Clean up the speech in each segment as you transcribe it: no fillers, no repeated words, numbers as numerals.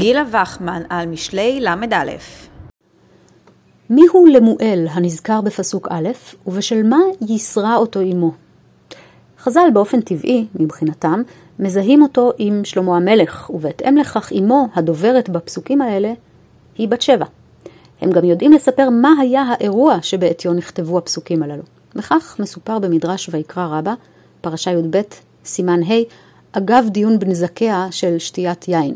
גילה וחמן על משלי למד א'. מיהו למואל הנזכר בפסוק א', ובשל מה ישרה אותו עמו? חז"ל באופן טבעי, מבחינתם, מזהים אותו עם שלמה המלך, ובהתאם לכך עמו הדוברת בפסוקים האלה היא בת שבע. הם גם יודעים לספר מה היה האירוע שבעטיו נכתבו הפסוקים הללו. וכך מסופר במדרש ויקרא רבה, פרשה י"ב, סימן ה', אגב דיון בנזקיה של שתיית יין.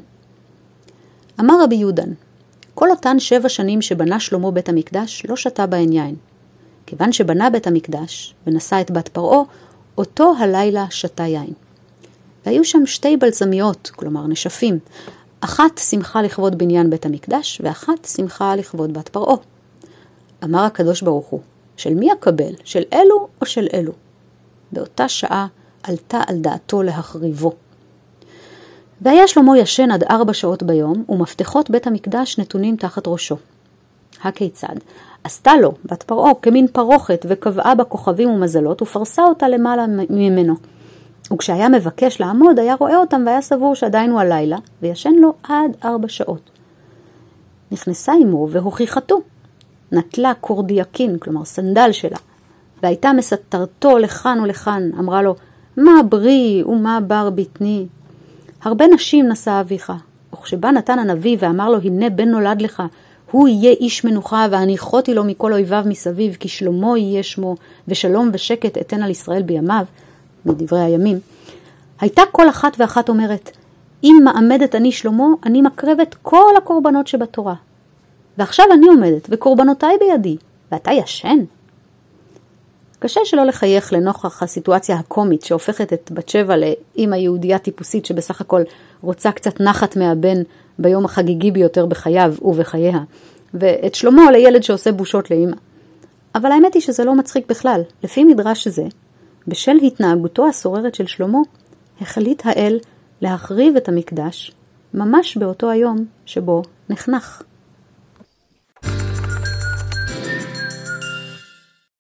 אמר רבי יהודן, כל אותן 7 שנים שבנה שלמה בית המקדש לא שתה בהן יין. כיוון שבנה בית המקדש ונשא את בת פרעה, אותו הלילה שתה יין. והיו שם 2 בלזמיות, כלומר נשפים. אחת שמחה לכבוד בניין בית המקדש, ואחת שמחה לכבוד בת פרעה. אמר הקדוש ברוך הוא, של מי הקבל? של אלו או של אלו? באותה שעה עלתה על דעתו להחריבו. והיה שלמה ישן עד 4 שעות ביום, ומפתחות בית המקדש נתונים תחת ראשו. הכיצד? עשתה לו, בת פרעה, כמין פרוכת, וקבעה בה כוכבים ומזלות, ופרסה אותה למעלה ממנו. וכשהיה מבקש לעמוד, היה רואה אותם, והיה סבור שעדיין הוא הלילה, וישן לו עד 4 שעות. נכנסה עמו והוכיחתו. נטלה קורדייקין, כלומר סנדל שלה, והייתה מסתרתו לכאן ולכאן. אמרה לו, מה ברי ומה בר בטני? הרבה נשים נשא אביך. וכשבא נתן הנביא ואמר לו, הנה בן נולד לך, הוא יהיה איש מנוחה, והניחותי לו מכל אויביו מסביב, כי שלמה יהיה שמו, ושלום ושקט אתן על ישראל בימיו, מדברי הימים. הייתה כל אחת ואחת אומרת, אם מעמדת אני שלמה, אני מקרבת כל הקורבנות שבתורה. ועכשיו אני עומדת, וקורבנותיי בידי, ואתה ישן. קשה שלא לחייך לנוכח הסיטואציה הקומית שהופכת את בת שבע לאמא יהודייה טיפוסית שבסך הכל רוצה קצת נחת מהבן ביום החגיגי ביותר בחייו ובחייה, ואת שלמה לילד שעושה בושות לאמא. אבל האמת היא שזה לא מצחיק בכלל. לפי מדרש זה, בשל התנהגותו הסוררת של שלמה, החליט האל להחריב את המקדש ממש באותו היום שבו נחנך.